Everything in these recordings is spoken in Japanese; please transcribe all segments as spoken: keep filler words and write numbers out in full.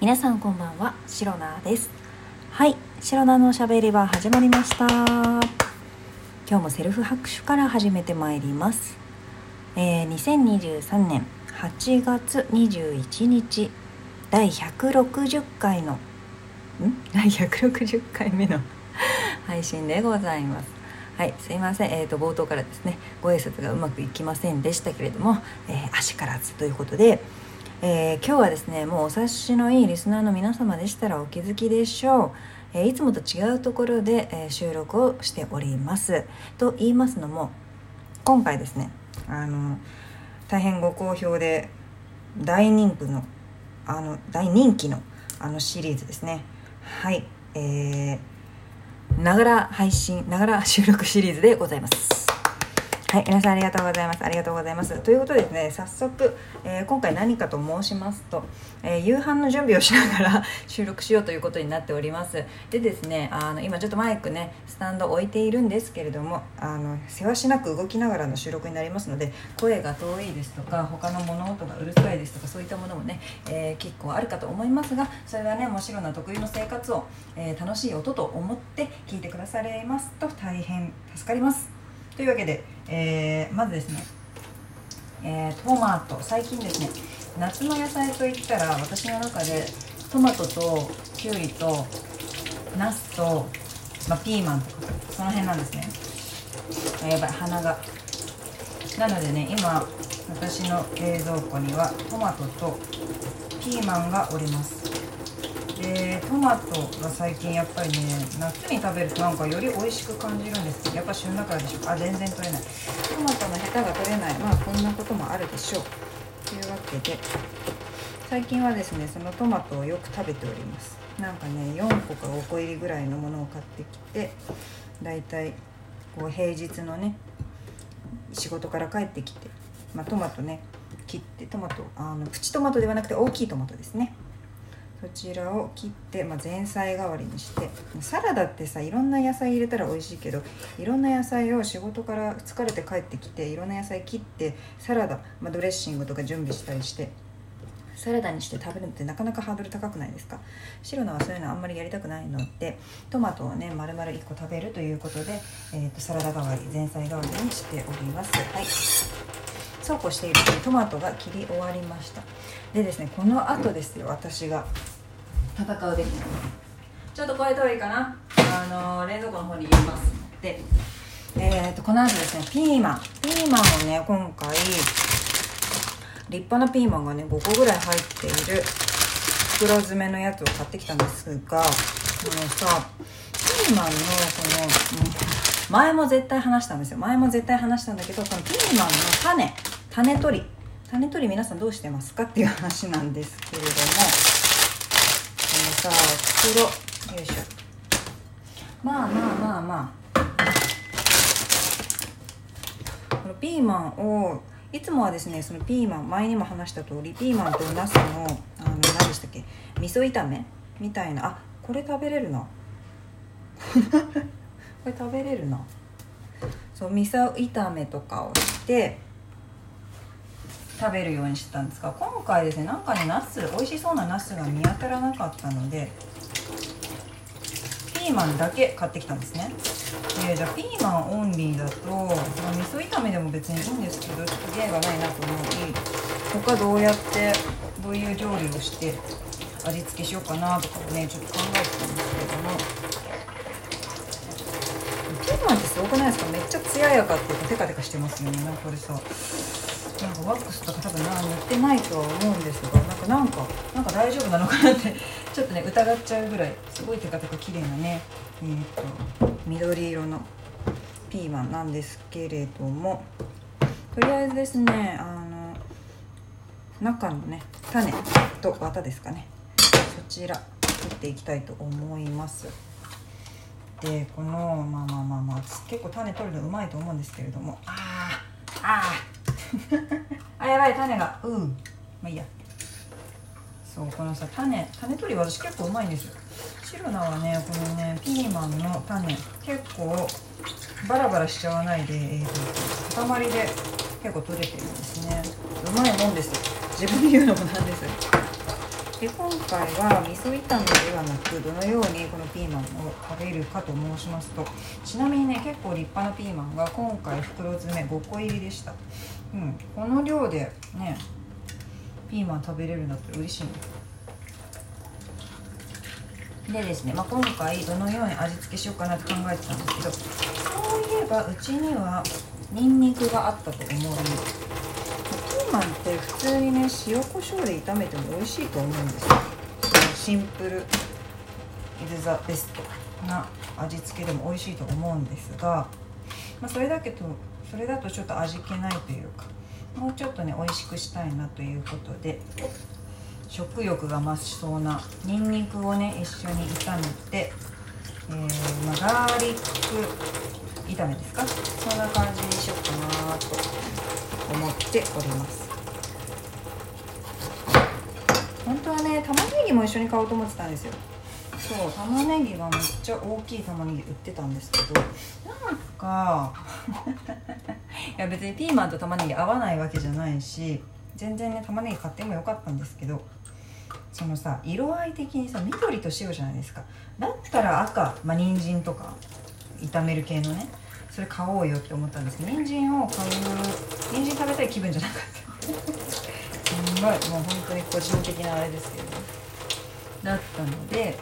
皆さんこんばんは、シロナです。はい、シロナのおしゃべりは始まりました。今日もセルフ拍手から始めてまいります。えー、にせんにじゅうさんねんはちがつにじゅういちにちだいひゃくろくじゅっかいのんだいひゃくろくじゅっかいめの配信でございます。はい、すいません、えーと冒頭からですねご挨拶がうまくいきませんでしたけれども、えー、足からずということで、えー、今日はですねもうお察しのいいリスナーの皆様でしたらお気づきでしょう。えー、いつもと違うところで、えー、収録をしております。と言いますのも、今回ですねあの大変ご好評で大人気のあの大人気のあのシリーズですね。はい、えー、ながら配信ながら収録シリーズでございます。はい、皆さんありがとうございます。ありがとうございます。ということでですね、早速、えー、今回何かと申しますと、えー、夕飯の準備をしながら収録しようということになっております。でですね、あの今ちょっとマイクね、スタンド置いているんですけれども、あのせわしなく動きながらの収録になりますので、声が遠いですとか、他の物音がうるさいですとか、そういったものもね、えー、結構あるかと思いますが、それはね、もちろん得意の生活音、えー、楽しい音と思って聞いてくだされますと大変助かります。というわけで、えー、まずですね、えー、トマト、最近ですね夏の野菜といったら私の中でトマトとキュウリとナスと、まあ、ピーマンとかその辺なんですね。あ、やばい、鼻が。なのでね、今私の冷蔵庫にはトマトとピーマンがおります。でトマトが最近やっぱりね、夏に食べるとなんかより美味しく感じるんですけど、やっぱ旬だからでしょうか。あ、全然取れない。トマトのヘタが取れない。まあこんなこともあるでしょう。というわけで最近はですね、そのトマトをよく食べております。なんかね、よんこかごこ入りぐらいのものを買ってきて、だいたいこう平日のね仕事から帰ってきて、まあ、トマトね切って、トマトあのプチトマトではなくて大きいトマトですね、そちらを切って、まあ、前菜代わりにして、サラダってさ、いろんな野菜入れたら美味しいけど、いろんな野菜を仕事から疲れて帰ってきていろんな野菜切ってサラダ、まあ、ドレッシングとか準備したりしてサラダにして食べるのってなかなかハードル高くないですか。白菜はそういうのあんまりやりたくないので、トマトをね丸々いっこ食べるということで、えー、とサラダ代わり、前菜代わりにしております。はい、そうこうしているうちにトマトが切り終わりました。でですね、この後ですよ、私が戦うべきなの。ちょっと声遠いかな、あのー、冷蔵庫の方に入れます。で、えー、とこの後ですね、ピーマンピーマンをね、今回立派なピーマンがねごこぐらい入っている袋詰めのやつを買ってきたんですが、このさピーマンのこの、うん、前も絶対話したんですよ前も絶対話したんだけど、このピーマンの種種取り種取り皆さんどうしてますかっていう話なんですけれども、さあ袋、よいしょ。まあまあまあまあこのピーマンをいつもはですね、そのピーマン、前にも話した通りピーマンとナスのあの何でしたっけ、味噌炒めみたいな、あ、これ食べれるなこれ食べれるなそう、味噌炒めとかをして食べるようにしてたんですが、今回ですね、なんかね、ナス、美味しそうなナスが見当たらなかったのでピーマンだけ買ってきたんですね。でじゃあピーマンオンリーだと、その味噌炒めでも別にいいんですけど、ちょっと芸がないなと思い、他どうやってどういう調理をして味付けしようかなとかね、ちょっと考えてたんですけれども、ピーマンってすごくないですか。めっちゃ艶やかっていうかテカテカしてますよね。なんかこれさ、なんかワックスとか多分な塗ってないとは思うんですが、なんかなんかなんか大丈夫なのかなってちょっとね疑っちゃうぐらいすごいテカテカ綺麗なね、えー、と緑色のピーマンなんですけれども、とりあえずですね、あの中のね種と綿ですかね、そちら取っていきたいと思います。でこのまあまあまあまあ結構種取るのうまいと思うんですけれども、あーあーあ、やばい、種が、うん、まあいいや。そう、このさ、種、種取り私結構うまいんですよ。シロナはね、このね、ピーマンの種、結構バラバラしちゃわないで、えーと、塊で結構取れてるんですね。うまいもんです。自分で言うのもなんです。 で今回は味噌炒めではなく、どのようにこのピーマンを食べるかと申しますと、ちなみにね、結構立派なピーマンが今回袋詰めごこ入りでした。うん、この量でねピーマン食べれるんだったら嬉しいね。でですね、まあ、今回どのように味付けしようかなって考えてたんですけど、そういえばうちにはニンニクがあったと思う。ピーマンって普通にね塩コショウで炒めても美味しいと思うんですよ。シンプルイズザベストな味付けでも美味しいと思うんですが、まあ、それだけどそれだとちょっと味気ないというか、もうちょっとね美味しくしたいなということで、食欲が増しそうなニンニクをね一緒に炒めて、えーまあ、ガーリック炒めですか、そんな感じにしようかなと思っております。本当はね玉ねぎも一緒に買おうと思ってたんですよ。そう、玉ねぎがめっちゃ大きい玉ねぎ売ってたんですけど、なんかいや別にピーマンと玉ねぎ合わないわけじゃないし、全然ね玉ねぎ買ってもよかったんですけど、そのさ色合い的にさ緑と白じゃないですか。だったら赤、まあ人参とか炒める系のねそれ買おうよって思ったんですけど、人参を買う人参食べたい気分じゃなかったすんごいもう本当に個人的なあれですけど、ね、だったので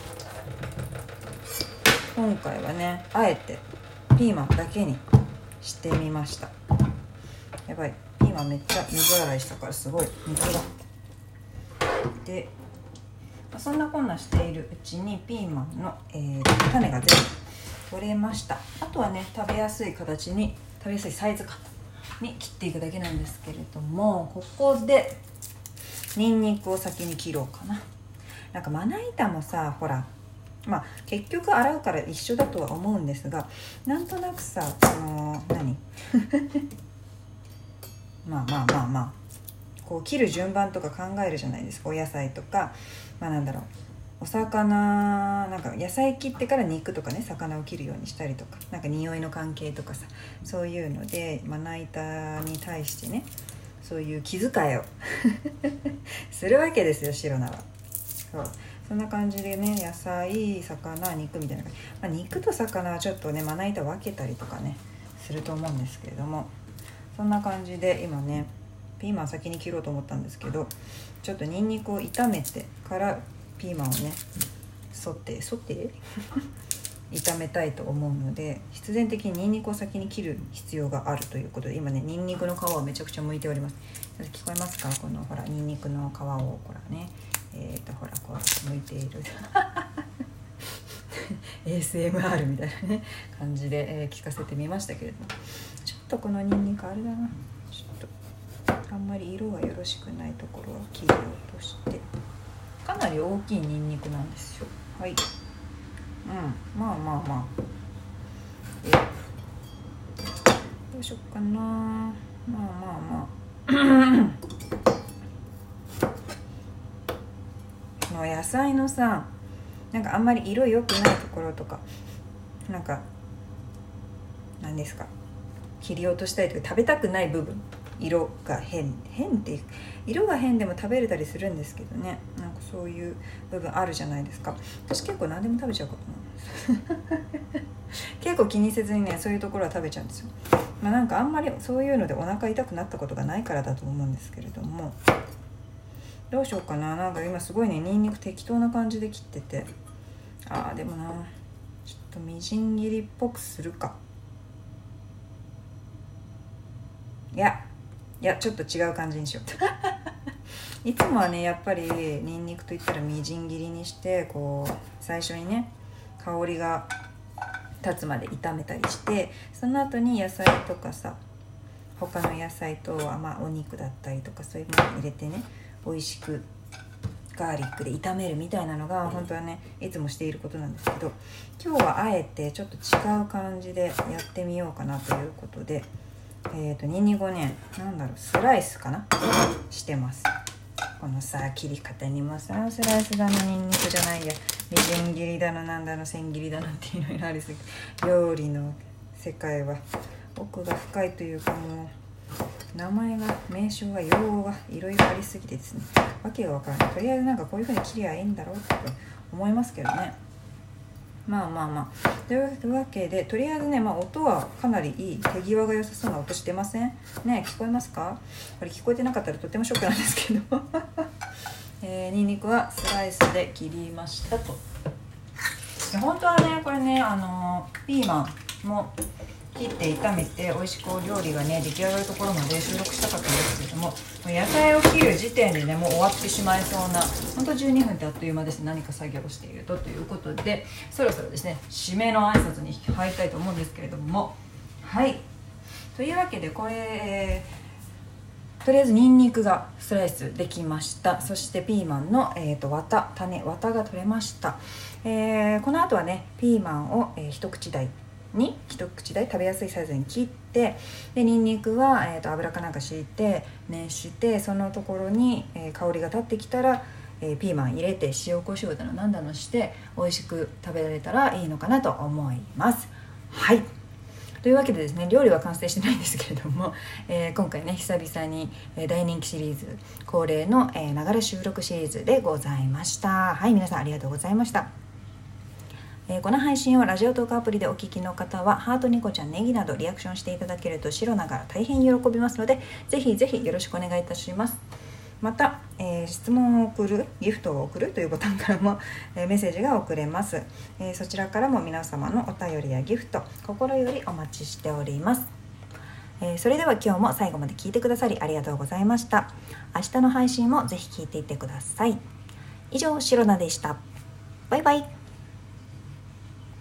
今回はねあえてピーマンだけにしてみました。やばい、ピーマンめっちゃ水洗いしたからすごい水が。でそんなこんなしているうちにピーマンの、えー、種が全部取れました。あとはね食べやすい形に食べやすいサイズ感に切っていくだけなんですけれども、ここでニンニクを先に切ろうかな。なんかまな板もさほらまあ結局洗うから一緒だとは思うんですが、なんとなくさあのー、何まあまあまあまあこう切る順番とか考えるじゃないですか。お野菜とかまあなんだろうお魚なんか野菜切ってから肉とかね魚を切るようにしたりとか、なんか匂いの関係とかさ、そういうのでまな板に対してねそういう気遣いをするわけですよ、シロナは。そうそんな感じでね野菜魚肉みたいな感じ、まあ、肉と魚はちょっとねまな板分けたりとかねすると思うんですけれども、そんな感じで今ねピーマン先に切ろうと思ったんですけど、ちょっとニンニクを炒めてからピーマンをねソテーソテー炒めたいと思うので、必然的にニンニクを先に切る必要があるということで、今ねニンニクの皮をめちゃくちゃ剥いております。聞こえますか、このほらニンニクの皮をほらねえーとほらこう剥いているエーエスエムアール みたいなね感じで、えー、聞かせてみましたけれども、ちょっとこのニンニクあれだな、ちょっとあんまり色がよろしくないところは切り落として、かなり大きいニンニクなんですよ。はい、うん、まあまあまあでどうしよっかな、まあまあまあこの野菜のさなんかあんまり色良くないところとか、なんか何ですか切り落としたいとか食べたくない部分、色が変変っていう色が変でも食べれたりするんですけどね、なんかそういう部分あるじゃないですか。私結構何でも食べちゃうことな結構気にせずにねそういうところは食べちゃうんですよ。まあなんかあんまりそういうのでお腹痛くなったことがないからだと思うんですけれども、どうしようかな。なんか今すごいねニンニク適当な感じで切ってて、あーでもなちょっとみじん切りっぽくするか、いやいやちょっと違う感じにしよういつもはねやっぱりニンニクといったらみじん切りにして、こう最初にね香りが立つまで炒めたりして、その後に野菜とかさ他の野菜とはまあお肉だったりとかそういうものを入れてね美味しくガーリックで炒めるみたいなのが本当はねいつもしていることなんですけど、今日はあえてちょっと違う感じでやってみようかなということで、えーとニンニクをねなんだろうスライスかなしてます。このさ切り方にもさスライスだのニンニクじゃないやみじん切りだのなんだの千切りだのっていうのにありすぎ、料理の世界は奥が深いというかもう名前が名称が用語がいろいろありすぎてですね、わけがわからない。とりあえずなんかこういう風に切りゃいいんだろうって思いますけどね。まあまあまあというわけで、とりあえずね、まあ、音はかなりいい、手際が良さそうな音してませんね。聞こえますか？これ聞こえてなかったらとってもショックなんですけどえー、ニンニクはスライスで切りましたと。で本当はねこれね、あのー、ピーマンも切って炒めて美味しくお料理がね出来上がるところまで収録したかったんですけれども、野菜を切る時点でねもう終わってしまいそうな、ほんとじゅうにふんってあっという間です。何か作業をしているとということで、そろそろですね締めの挨拶に入りたいと思うんですけれども、はいというわけでこれ、えー、とりあえずニンニクがスライスできました。そしてピーマンの、えー、と綿種綿が取れました。えー、この後はねピーマンを、えー、一口大に一口大食べやすいサイズに切って、でニンニクは、えー、と油かなんか敷いて熱して、そのところに、えー、香りが立ってきたら、えー、ピーマン入れて塩コショウだのなんだのして美味しく食べられたらいいのかなと思います。はいというわけでですね、料理は完成してないんですけれども、えー、今回ね久々に、えー、大人気シリーズ恒例のながら収録シリーズでございました。はい、皆さんありがとうございました。えー、この配信をラジオトークアプリでお聞きの方はハート、ニコちゃん、ネギなどリアクションしていただけると白ながら大変喜びますので、ぜひぜひよろしくお願いいたします。また、えー、質問を送る、ギフトを送るというボタンからも、えー、メッセージが送れます、えー、そちらからも皆様のお便りやギフト心よりお待ちしております。えー、それでは今日も最後まで聞いてくださりありがとうございました。明日の配信もぜひ聞いていってください。以上、白菜でした。バイバイ。